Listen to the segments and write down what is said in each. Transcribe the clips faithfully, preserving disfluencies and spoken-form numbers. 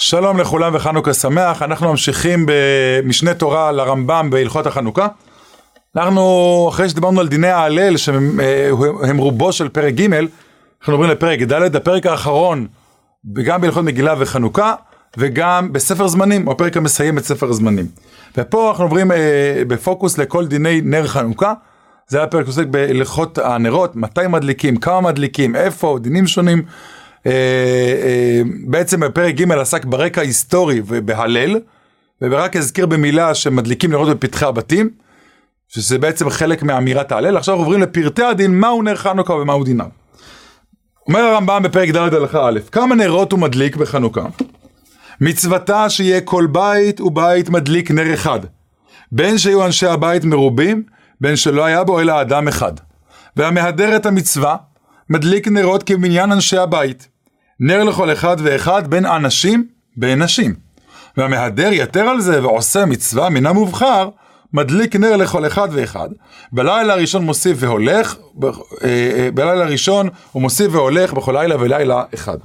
שלום לכולם וחנוכה שמח. אנחנו ממשיכים במשנה תורה לרמב"ם בהלכות החנוכה. אנחנו, אחרי שדיברנו על דיני ההלל שהם רובו של פרק ג', אנחנו עוברים לפרק ד', הפרק האחרון גם בהלכות מגילה וחנוכה וגם בספר זמנים, או הפרק המסיים את ספר זמנים. ופה אנחנו עוברים בפוקוס לכל דיני נר חנוכה. זה היה פרק עוסק בהלכות הנרות, מתי מדליקים, כמה מדליקים, איפה, דינים שונים. בעצם בפרק ג' עסק ברקע היסטורי ובהלל, ורק הזכיר במילה שמדליקים נרות בפתחי הבתים, שזה בעצם חלק מאמירת ההלל. עכשיו עוברים לפרטי הדין, מהו נר חנוכה ומהו דיניו. אומר הרמב"ם בפרק ד' הלכה א', כמה נרות הוא מדליק בחנוכה? מצוותה שיהיה כל בית ובית מדליק נר אחד, בין שיהיו אנשי הבית מרובים, בין שלא היה בו אלא אדם אחד. והמהדר את המצווה מדליק נרות כמניין אנשי הבית, נר לכל אחד ואחד בין אנשים בין נשים. והמהדר יתר על זה ועושה מצווה מן המובחר, מדליק נר לכל אחד ואחד. בלילה הראשון מוסיף והולך, בלילה הראשון הוא מוסיף והולך בכל לילה ולילה אחד.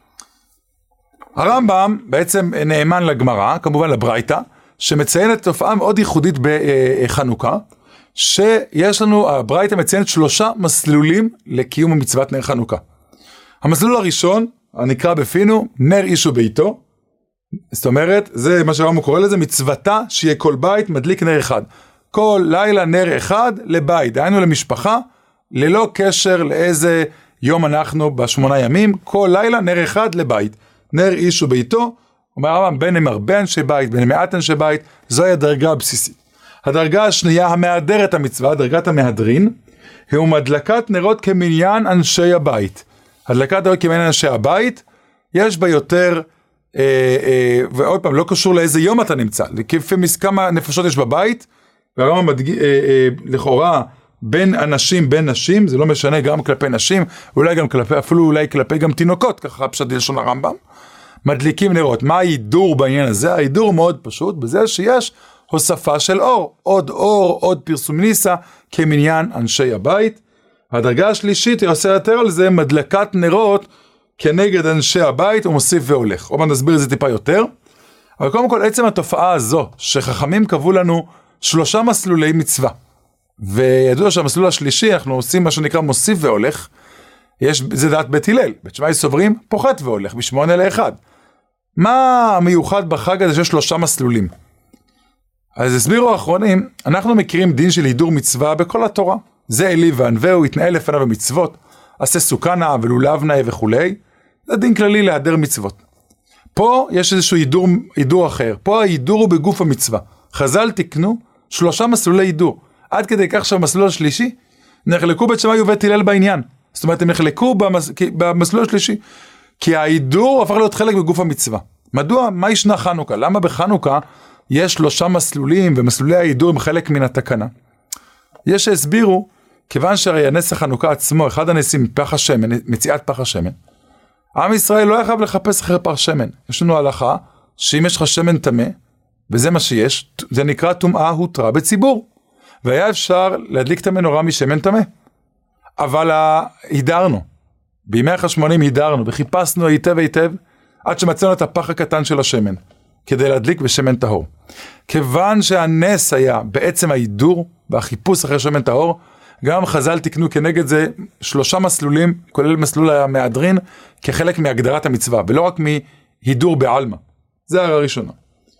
הרמב"ם בעצם נאמן לגמרא, כמובן לברייתא, שמציינת תופעה מאוד ייחודית בחנוכה, שיש לנו, הברייתא מציינת שלושה מסלולים לקיום המצוות נר חנוכה. המסלול הראשון, הנקרא בפינו, נר איש וביתו, זאת אומרת, זה מה שהרמב"ם קורא לזה, מצוותה שיהיה כל בית מדליק נר אחד. כל לילה נר אחד לבית, דהיינו למשפחה, ללא קשר לאיזה יום אנחנו בשמונה ימים, כל לילה נר אחד לבית, נר איש וביתו. אומר הרמב"ם, בין הם הרבה אנשי בית, בין הם מעט אנשי בית, זוהי הדרגה הבסיסית. הדרגה השנייה, המהדר את המצווה, דרגת המהדרין, הוא מדלקת נרות כמניין אנשי הבית. הדלקת נרות כמניין אנשי הבית, יש בה יותר, אה, אה, ועוד פעם, לא קשור לאיזה יום אתה נמצא, כפי כמה נפשות יש בבית, והרמב"ם מדגיש, אה, אה, לכאורה, בין אנשים, בין נשים, זה לא משנה גם כלפי נשים, אולי גם כלפי, אפילו אולי כלפי גם תינוקות, ככה פשט לשון הרמב"ם, מדליקים נרות. מה ההידור בעניין הזה? ההידור מאוד פשוט, בזה שיש הוספה של אור, עוד אור, עוד פרסום ניסה, כמניין אנשי הבית. הדרגה השלישית, היא עושה יותר על זה, מדלקת נרות כנגד אנשי הבית, הוא מוסיף והולך. עוד נסביר את זה טיפה יותר. אבל קודם כל, עצם התופעה הזו, שחכמים קבעו לנו שלושה מסלולי מצווה, וידוע שהמסלול השלישי, אנחנו עושים מה שנקרא מוסיף והולך, יש, זה דעת בית הלל, בית שמאי סוברים, פוחת והולך, בשמונה לאחד. מה המיוחד בחג הזה שיש שלושה מסלולים? אז הסבירו האחרונים, אנחנו מכירים דין של הידור מצווה בכל התורה. זה אלי וענווהו, יתנהל לפניו במצוות, עשה סוכה נאה ולולב נאה וכולי. זה דין כללי להיעדר מצוות. פה יש איזשהו הידור, הידור אחר. פה ההידור הוא בגוף המצווה. חז"ל תקנו שלושה מסלולי הידור. עד כדי כך שהמסלול השלישי, נחלקו בית שמאי ובית הלל בעניין. זאת אומרת, הם נחלקו במס... במסלול השלישי. כי ההידור הפך להיות חלק בגוף המצווה. מדוע? מה ישנה חנוכה? למה בחנוכה יש שלושה מסלולים, ומסלולי ההידור הם חלק מן התקנה? יש שהסבירו, כיוון שהרי הנס החנוכה עצמו, אחד הנסים פח השמן, מציאת פח השמן, עם ישראל לא יחב לחפש אחר פח שמן. יש לנו הלכה, שאם יש לך שמן טמא, וזה מה שיש, זה נקרא טומאה הותרה בציבור. והיה אפשר להדליק את המנורה משמן טמא. אבל הידרנו, בימי החשמונאים הידרנו, וחיפשנו היטב היטב, עד שמצאנו את הפח הקטן של השמן, כדי להדליק בשמן טהור. כיוון שהנס היה בעצם ההידור, והחיפוש אחרי שמן טהור, גם חז"ל תקנו כנגד זה שלושה מסלולים, כולל מסלול המהדרין, כחלק מהגדרת המצווה, ולא רק מהידור בעלמא. זה הערה ראשונה.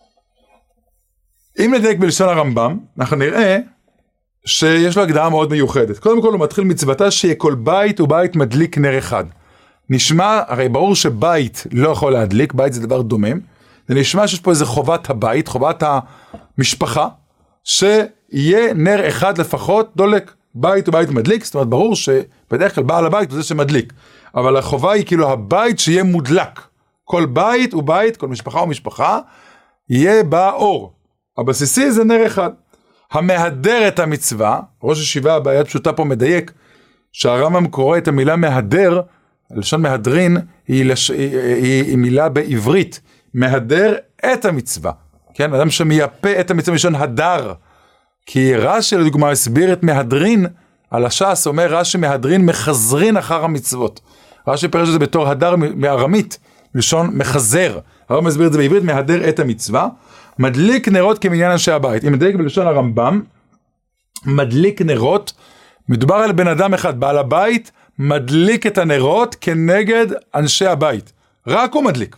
אם נדייק בלשון הרמב"ם, אנחנו נראה שיש לו הגדרה מאוד מיוחדת. קודם כל הוא מתחיל מצוותה שיהיה כל בית ובית מדליק נר אחד. נשמע, הרי ברור שבית לא יכול להדליק, בית זה דבר דומם, זה נשמע שיש פה איזה חובת הבית, חובת המשפחה, שיהיה נר אחד לפחות דולק, בית ובית מדליק. זאת אומרת, ברור שבדרך כלל בעל הבית הוא זה שמדליק, אבל החובה היא כאילו הבית שיהיה מודלק. כל בית ובית, כל משפחה ומשפחה, יהיה בה אור. הבסיסי זה נר אחד. המהדר את המצווה, ראש ישיבה ביד פשוטה פה מדייק, שהרמב"ם קורא את המילה מהדר, לשון מהדרין, היא, לש... היא, היא, היא מילה בעברית, מהדר את המצווה, כן? אדם שמייפה את המצווה משון הדר, כי רש"י לדוגמה הסביר את מהדרין, על הש"ס אומר רש"י מהדרין מחזרין אחר המצוות, רש"י פירש את זה בתור הדר מארמית, לשון מחזר, הרמב"ם מסביר את זה בעברית, מהדר את המצווה, מדליק נרות כמניין אנשי הבית. אם נדייק בלשון הרמב"ם, מדליק נרות, מדובר על בן אדם אחד, בעל הבית, מדליק את הנרות כנגד אנשי הבית. רק הוא מדליק.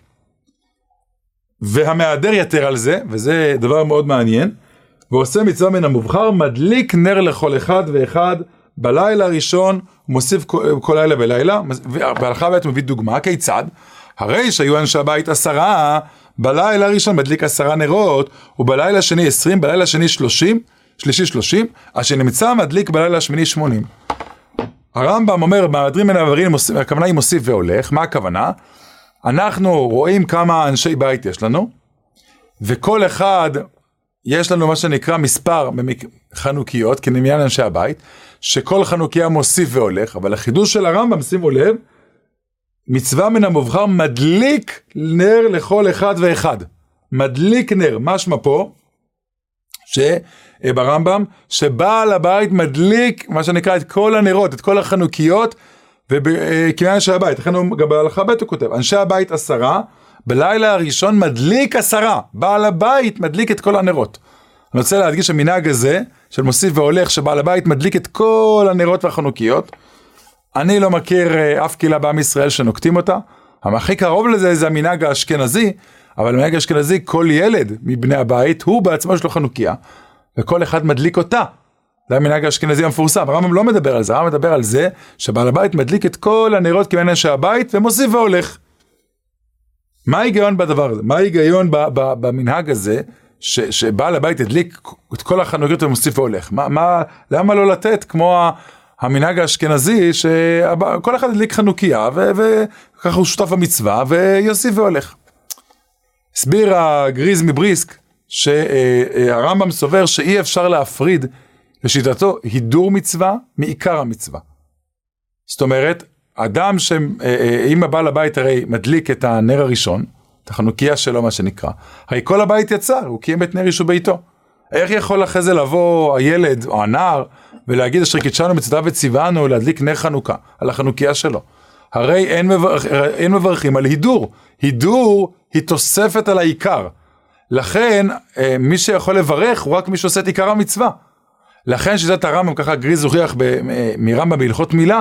והמהדר יתר על זה, וזה דבר מאוד מעניין, ועושה מצווה מן המובחר, מדליק נר לכל אחד ואחד, בלילה הראשון, מוסיף כל, כל לילה ולילה, והלכה בית מביא דוגמה, כיצד? הרי שהיו אנשי הבית עשרה, בלילה הראשון מדליק עשרה נרות, ובלילה שני עשרים, בלילה שני שלושים, שלישי שלושים, אשר נמצא מדליק בלילה השמיני שמונים. הרמב"ם אומר, מהדרים מן המעברים, הכוונה היא מוסיף והולך. מה הכוונה? אנחנו רואים כמה אנשי בית יש לנו, וכל אחד יש לנו מה שנקרא מספר חנוכיות, כמניין אנשי הבית, שכל חנוכיה מוסיף והולך, אבל החידוש של הרמב"ם, שימו לב, מצווה מן המובחר מדליק נר לכל אחד ואחד. מדליק נר, משמע פה, שברמב"ם, שבעל הבית מדליק, מה שנקרא, את כל הנרות, את כל החנוכיות, וכמניין אנשי הבית. לכן הוא גם בהלכה ב' הוא כותב, אנשי הבית עשרה, בלילה הראשון מדליק עשרה, בעל הבית מדליק את כל הנרות. אני רוצה להדגיש המנהג הזה, של מוסיף והולך, שבעל הבית מדליק את כל הנרות והחנוכיות. אני לא מכיר אף קהילה בעם ישראל שנוקטים אותה, הכי קרוב לזה זה המנהג האשכנזי, אבל המנהג האשכנזי, כל ילד מבני הבית, הוא בעצמו שלו חנוכיה, וכל אחד מדליק אותה. זה המנהג האשכנזי המפורסם. הרמב"ם לא מדבר על זה, הרמב"ם מדבר על זה, שבעל הבית מדליק את כל הנרות כמניין אנשי הבית, ומוסיף והולך. מה ההיגיון בדבר הזה? מה ההיגיון במנהג הזה, ש, שבעל הבית הדליק את כל החנוכיות ומוסיף והולך? מה, מה, למה לא לתת כמו המנהג האשכנזי, שכל אחד הדליק חנוכיה, וככה הוא שותף המצווה, ויוסיף והולך. הסביר הגריז מבריסק, שהרמב"ם סובר שאי אפשר להפריד לשיטתו הידור מצווה מעיקר המצווה. זאת אומרת, אדם שאם הבעל הבית הרי מדליק את הנר הראשון, את החנוכיה שלו מה שנקרא, הרי כל הבית יצא, הוא קיים את נר אישו ביתו. איך יכול אחרי זה לבוא הילד או הנער ולהגיד אשר קידשנו מצוותיו וציוונו להדליק נר חנוכה על החנוכיה שלו? הרי אין, מברכ... אין מברכים על הידור. הידור היא תוספת על העיקר. לכן מי שיכול לברך הוא רק מי שעושה את עיקר המצווה. לכן שיטת הרמב"ם, ככה גריז הוכיח מרמב"ם בהלכות מילה,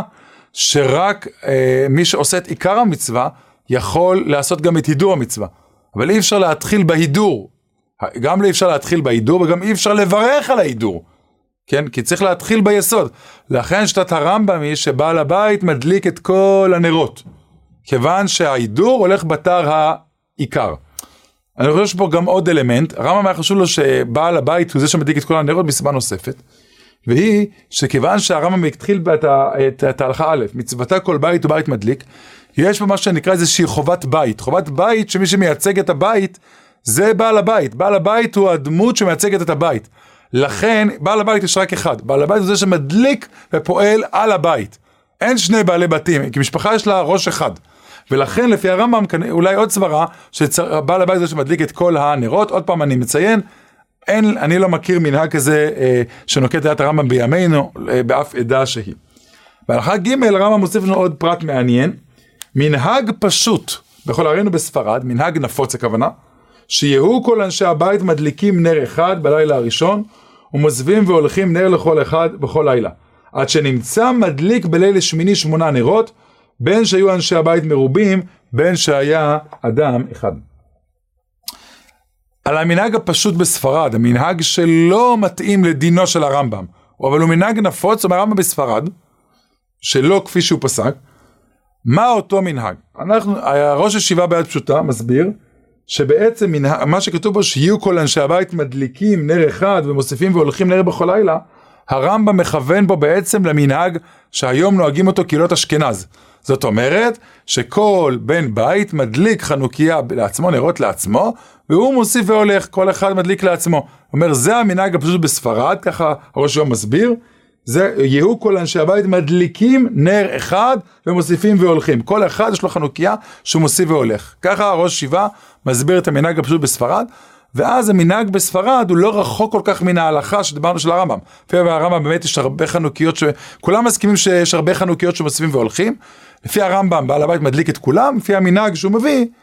שרק אה, מי שעושה את עיקר המצווה, יכול לעשות גם את הידור המצווה. אבל אי אפשר להתחיל בהידור. גם לא אפשר להתחיל בהידור, וגם אי אפשר לברך על ההידור. כן? כי צריך להתחיל ביסוד. לכן שיטת הרמב"ם היא שבעל הבית מדליק את כל הנרות. כיוון שההידור הולך בתר העיקר. אני חושב שפה גם עוד אלמנט. הרמב"ם היה חשוב לו שבעל הבית הוא זה שמדליק את כל הנרות מסיבה נוספת. והיא שכיוון שהרמב"ם התחיל את ההלכה א', מצוותה כל בית ובית מדליק, יש פה מה שנקרא איזושהי חובת בית. חובת בית שמי שמייצג את הבית זה בעל הבית. בעל הבית הוא הדמות שמייצגת את הבית. לכן בעל הבית יש רק אחד. בעל הבית הוא זה שמדליק ופועל על הבית. אין שני בעלי בתים, כי משפחה יש לה ראש אחד. ולכן לפי הרמב"ם אולי עוד סברה שבעל הבית הוא זה שמדליק את כל הנרות. עוד פעם אני מציין, אין, אני לא מכיר מנהג כזה אה, שנוקט את הרמב"ם בימינו אה, באף עדה שהיא. בהלכה ג' הרמב"ם מוסיף לנו עוד פרט מעניין, מנהג פשוט, בכל ערינו בספרד, מנהג נפוץ הכוונה, שיהיו כל אנשי הבית מדליקים נר אחד בלילה הראשון, ומוזבים והולכים נר לכל אחד בכל לילה, עד שנמצא מדליק בליל שמיני שמונה נרות, בין שהיו אנשי הבית מרובים, בין שהיה אדם אחד. על המנהג הפשוט בספרד, המנהג שלא מתאים לדינו של הרמב"ם, אבל הוא מנהג נפוץ, אומר הרמב"ם בספרד, שלא כפי שהוא פסק. מה אותו מנהג? אנחנו, ראש ישיבה ביד פשוטה מסביר, שבעצם מנהג, מה שכתוב בו שיהיו כל אנשי הבית מדליקים נר אחד ומוסיפים והולכים נר בכל לילה, הרמב"ם מכוון בו בעצם למנהג שהיום נוהגים אותו קהילות אשכנז. זאת אומרת שכל בן בית מדליק חנוכיה לעצמו, נרות לעצמו, והוא מוסיף והולך, כל אחד מדליק לעצמו. אומר, זה המנהג הפשוט בספרד, ככה הראש יום מסביר, זה יהיו כל אנשי הבית מדליקים נר אחד ומוסיפים והולכים. כל אחד יש לו חנוכיה שהוא מוסיף והולך. ככה הראש שיבה מסביר את המנהג הפשוט בספרד, ואז המנהג בספרד הוא לא רחוק כל כך מן ההלכה שדיברנו של הרמב"ם. לפי הרמב"ם באמת יש הרבה חנוכיות, ש... כולם מסכימים שיש הרבה חנוכיות שמוסיפים והולכים. לפי הרמב"ם בעל הבית מדליק את כולם, לפי המנהג שהוא מביא,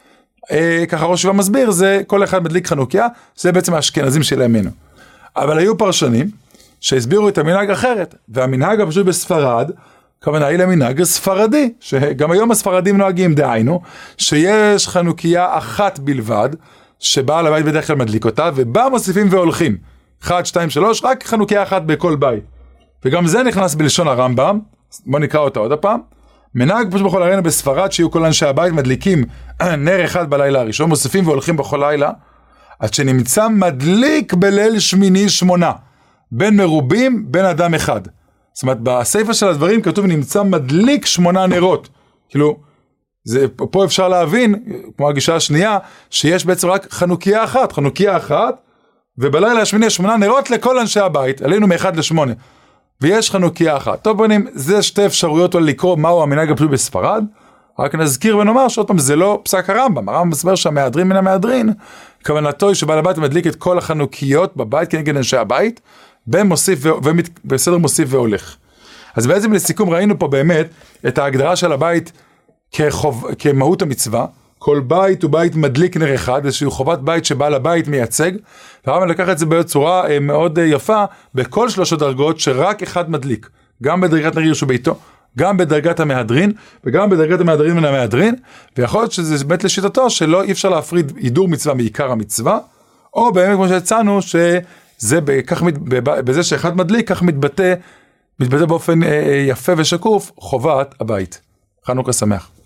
אה, ככה ראש ישיבה מסביר, זה כל אחד מדליק חנוכיה, זה בעצם האשכנזים של ימינו. אבל היו פרשנים שהסבירו את המנהג אחרת, והמנהג הפשוט בספרד, כוונה היא למנהג ספרדי, שגם היום הספרדים נוהגים, דהיינו, שיש חנוכיה אחת בלבד, שבעל הבית בדרך כלל מדליק אותה, ובה מוסיפים והולכים, אחת, שתיים, שלוש, רק חנוכיה אחת בכל בית. וגם זה נכנס בלשון הרמב"ם, בוא נקרא אותה עוד הפעם, מנהג פשוט בכל הראינו בספרד, שיהיו כל אנשי הבית מדליקים נר אחד בלילה הראשון, מוסיפים והולכים בכל לילה, עד שנמצא מדליק בליל שמיני שמונה, בין מרובים, בין אדם אחד. זאת אומרת, בספר של הדברים כתוב נמצא מדליק שמונה נרות. כאילו, זה, פה אפשר להבין, כמו הגישה השנייה, שיש בעצם רק חנוכיה אחת, חנוכיה אחת, ובלילה השמיני יש שמונה נרות לכל אנשי הבית, עלינו מאחד לשמונה. ויש חנוכיה אחת. טוב בנים, זה שתי אפשרויות על לקרוא מהו המנהג הפשוט בספרד, רק נזכיר ונאמר שעוד פעם זה לא פסק הרמב"ם, הרמב"ם מסבר שהמהדרין מן המהדרין, כוונתו היא שבעל הבית מדליק את כל החנוכיות בבית כנגד אנשי הבית, במוסיף ו... ובסדר מוסיף והולך. אז בעצם לסיכום ראינו פה באמת את ההגדרה של הבית כחוב... כמהות המצווה, כל בית הוא בית מדליק נר אחד, איזושהי חובת בית שבעל הבית מייצג, והרמב"ם לקח את זה בצורה מאוד יפה, בכל שלוש הדרגות שרק אחד מדליק, גם בדרגת נר ירשו ביתו, גם בדרגת המהדרין, וגם בדרגת המהדרין מן המהדרין, ויכול להיות שזה באמת לשיטתו, שלא אי אפשר להפריד הידור מצווה מעיקר המצווה, או באמת כמו שהצענו, שזה בכך, בזה שאחד מדליק, כך מתבטא, מתבטא באופן יפה ושקוף, חובת הבית. חנוכה שמח.